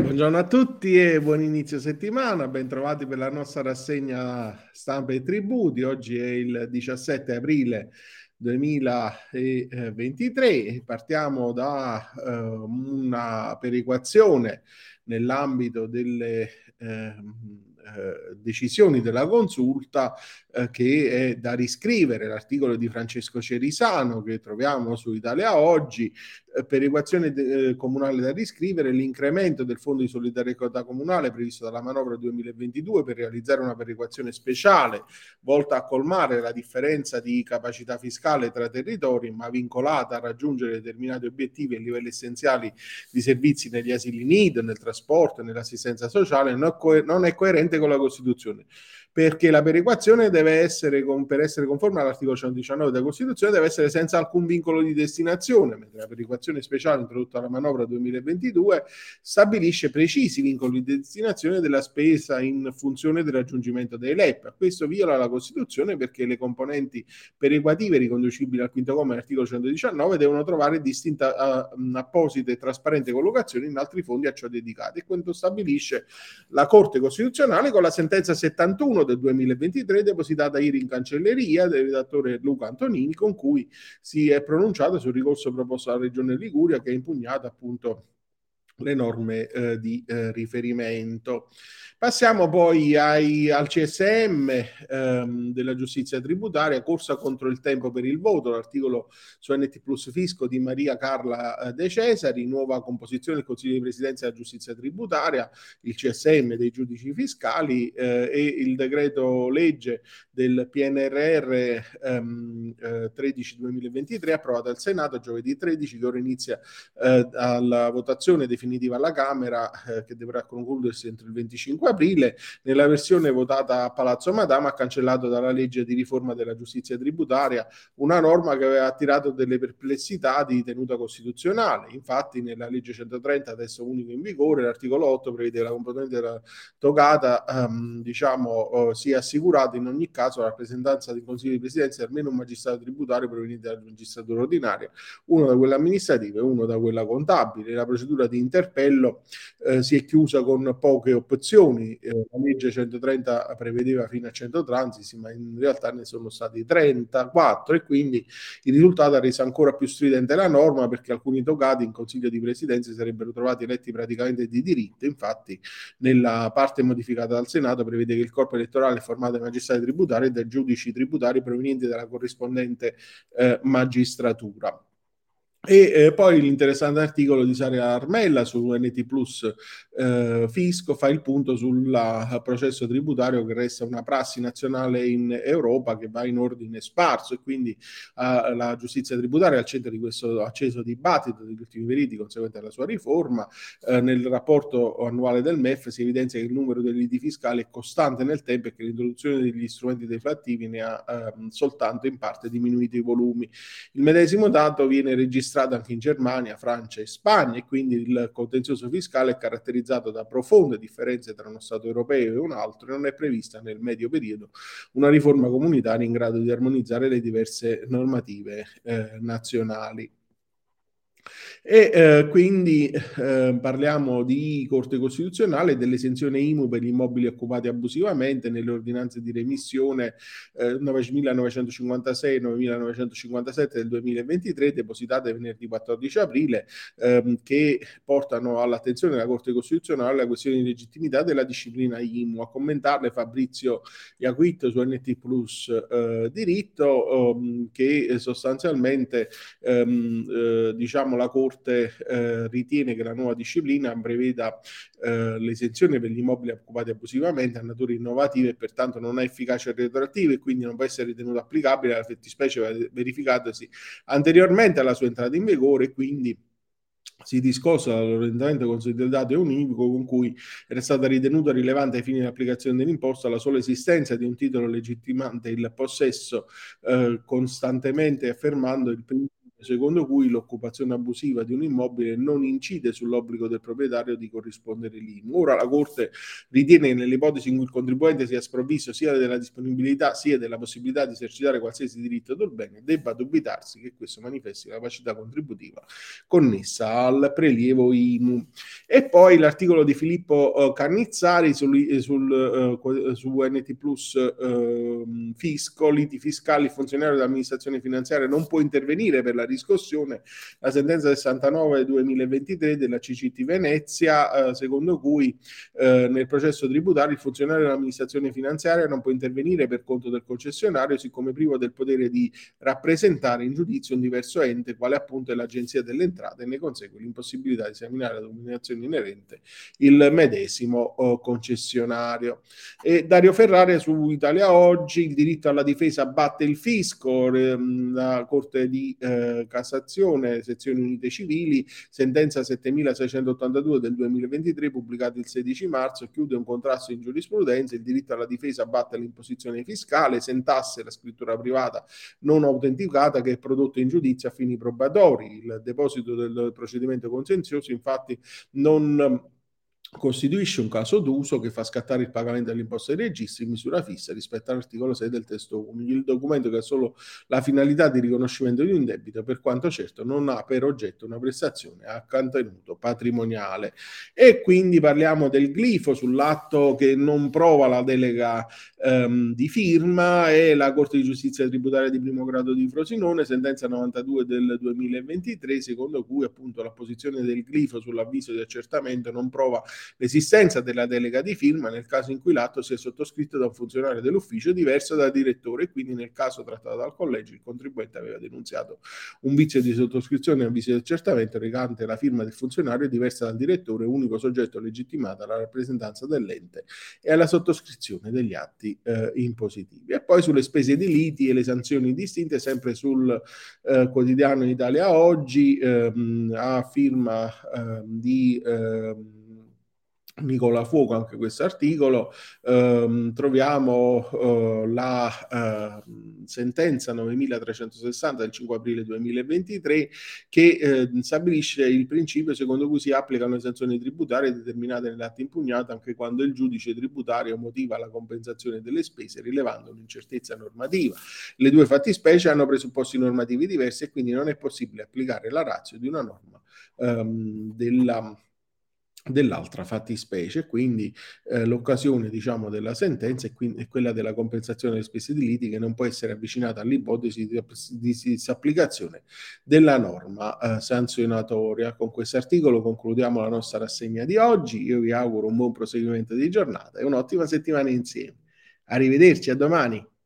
Buongiorno a tutti e buon inizio settimana, ben trovati per la nostra rassegna stampa e tributi. Oggi è il 17 aprile 2023 e partiamo da una perequazione nell'ambito delle decisioni della consulta che è da riscrivere l'articolo di Francesco Cerisano che troviamo su Italia Oggi. Perequazione comunale da riscrivere, l'incremento del fondo di solidarietà comunale previsto dalla manovra 2022 per realizzare una perequazione speciale volta a colmare la differenza di capacità fiscale tra territori, ma vincolata a raggiungere determinati obiettivi e livelli essenziali di servizi negli asili nido, nel trasporto e nell'assistenza sociale, non è coerente con la Costituzione, perché la perequazione deve essere, per essere conforme all'articolo 119 della Costituzione, deve essere senza alcun vincolo di destinazione, mentre la perequazione speciale introdotta dalla manovra 2022 stabilisce precisi vincoli di destinazione della spesa in funzione del raggiungimento dei LEP. Questo viola la Costituzione perché le componenti perequative riconducibili al quinto comma dell'articolo 119 devono trovare distinta apposita e trasparente collocazione in altri fondi a ciò dedicati, e quanto stabilisce la Corte Costituzionale con la sentenza 71 del 2023 depositata ieri in cancelleria del redattore Luca Antonini, con cui si è pronunciato sul ricorso proposto dalla Regione Liguria che ha impugnato appunto le norme di riferimento. Passiamo poi al CSM della giustizia tributaria, corsa contro il tempo per il voto, l'articolo su NT Plus Fisco di Maria Carla De Cesari, nuova composizione del Consiglio di Presidenza della giustizia tributaria, il CSM dei giudici fiscali e il decreto legge del PNRR 13-2023 approvato al Senato giovedì 13, che ora inizia alla votazione definitiva alla Camera che dovrà concludersi entro il 25 aprile. Nella versione votata a Palazzo Madama ha cancellato dalla legge di riforma della giustizia tributaria una norma che aveva attirato delle perplessità di tenuta costituzionale. Infatti nella legge 130, adesso unico in vigore, l'articolo 8 prevede che la componente della togata sia assicurata in ogni caso la rappresentanza del Consiglio di Presidenza di almeno un magistrato tributario proveniente dalla magistratura ordinaria, uno da quella amministrativa e uno da quella contabile. La procedura di interpello si è chiusa con poche opzioni. La legge 130 prevedeva fino a 100 transiti, ma in realtà ne sono stati 34 e quindi il risultato ha reso ancora più stridente la norma, perché alcuni togati in Consiglio di Presidenza si sarebbero trovati eletti praticamente di diritto. Infatti nella parte modificata dal Senato prevede che il corpo elettorale è formato dai magistrati tributari e dai giudici tributari provenienti dalla corrispondente magistratura. E poi l'interessante articolo di Sara Armella su NT Plus Fisco fa il punto sul processo tributario, che resta una prassi nazionale in Europa che va in ordine sparso, e quindi la giustizia tributaria è al centro di questo acceso dibattito degli ultimi periodi conseguente alla sua riforma. Nel rapporto annuale del MEF si evidenzia che il numero degli liti fiscali è costante nel tempo e che l'introduzione degli strumenti deflattivi ne ha soltanto in parte diminuito i volumi. Il medesimo dato viene registrato anche in Germania, Francia e Spagna, e quindi il contenzioso fiscale è caratterizzato da profonde differenze tra uno Stato europeo e un altro, e non è prevista nel medio periodo una riforma comunitaria in grado di armonizzare le diverse normative nazionali. E quindi parliamo di Corte Costituzionale e dell'esenzione IMU per gli immobili occupati abusivamente nelle ordinanze di remissione 9.956 e 9.957 del 2023, depositate venerdì 14 aprile, che portano all'attenzione della Corte Costituzionale la questione di legittimità della disciplina IMU. A commentarle Fabrizio Iaquit su NT Plus Diritto, che sostanzialmente la Corte ritiene che la nuova disciplina preveda l'esenzione per gli immobili occupati abusivamente a nature innovative e pertanto non ha efficacia retroattiva, e quindi non può essere ritenuto applicabile alla fattispecie verificatasi anteriormente alla sua entrata in vigore, e quindi si discosta dall'orientamento consolidato e univoco con cui era stata ritenuta rilevante ai fini dell'applicazione dell'imposta la sola esistenza di un titolo legittimante il possesso, costantemente affermando il principio secondo cui l'occupazione abusiva di un immobile non incide sull'obbligo del proprietario di corrispondere l'IMU. Ora la Corte ritiene che nell'ipotesi in cui il contribuente sia sprovvisto sia della disponibilità sia della possibilità di esercitare qualsiasi diritto del bene, debba dubitarsi che questo manifesti la capacità contributiva connessa al prelievo IMU. E poi l'articolo di Filippo Cannizzari su NT Plus fisco, liti fiscali, il funzionario dell'amministrazione finanziaria non può intervenire per la riscossione, la sentenza 69/2023 della CCT Venezia, secondo cui nel processo tributario il funzionario dell'amministrazione finanziaria non può intervenire per conto del concessionario, siccome privo del potere di rappresentare in giudizio un diverso ente, quale appunto è l'Agenzia delle Entrate, e ne consegue l'impossibilità di esaminare la documentazione inerente il medesimo concessionario. E Dario Ferrari su Italia Oggi: il diritto alla difesa batte il fisco, la Corte di Cassazione, sezioni unite civili, sentenza 7682 del 2023, pubblicata il 16 marzo, chiude un contrasto in giurisprudenza, il diritto alla difesa batte l'imposizione fiscale, sentasse la scrittura privata non autenticata che è prodotto in giudizio a fini probatori. Il deposito del procedimento contenzioso infatti non costituisce un caso d'uso che fa scattare il pagamento dell'imposta dei registri in misura fissa rispetto all'articolo 6 del testo unico. Il documento che ha solo la finalità di riconoscimento di un debito, per quanto certo, non ha per oggetto una prestazione a contenuto patrimoniale. E quindi parliamo del glifo sull'atto che non prova la delega di firma, e la Corte di Giustizia Tributaria di primo grado di Frosinone, sentenza 92 del 2023, secondo cui appunto la posizione del glifo sull'avviso di accertamento non prova l'esistenza della delega di firma nel caso in cui l'atto sia sottoscritto da un funzionario dell'ufficio diverso dal direttore, e quindi nel caso trattato dal collegio il contribuente aveva denunziato un vizio di sottoscrizione e avviso di accertamento recante la firma del funzionario diversa dal direttore, unico soggetto legittimato alla rappresentanza dell'ente e alla sottoscrizione degli atti impositivi. E poi sulle spese di liti e le sanzioni distinte, sempre sul quotidiano Italia Oggi, a firma di Nicola Fuoco, anche questo articolo, troviamo la sentenza 9360 del 5 aprile 2023 che stabilisce il principio secondo cui si applicano le sanzioni tributarie determinate nell'atto impugnato anche quando il giudice tributario motiva la compensazione delle spese rilevando un'incertezza normativa. Le due fattispecie hanno presupposti normativi diversi e quindi non è possibile applicare la ratio di una norma dell'altra fattispecie, quindi l'occasione diciamo della sentenza è quella della compensazione delle spese di liti, che non può essere avvicinata all'ipotesi di disapplicazione della norma sanzionatoria. Con questo articolo concludiamo la nostra rassegna di oggi. Io vi auguro un buon proseguimento di giornata e un'ottima settimana insieme. Arrivederci, a domani.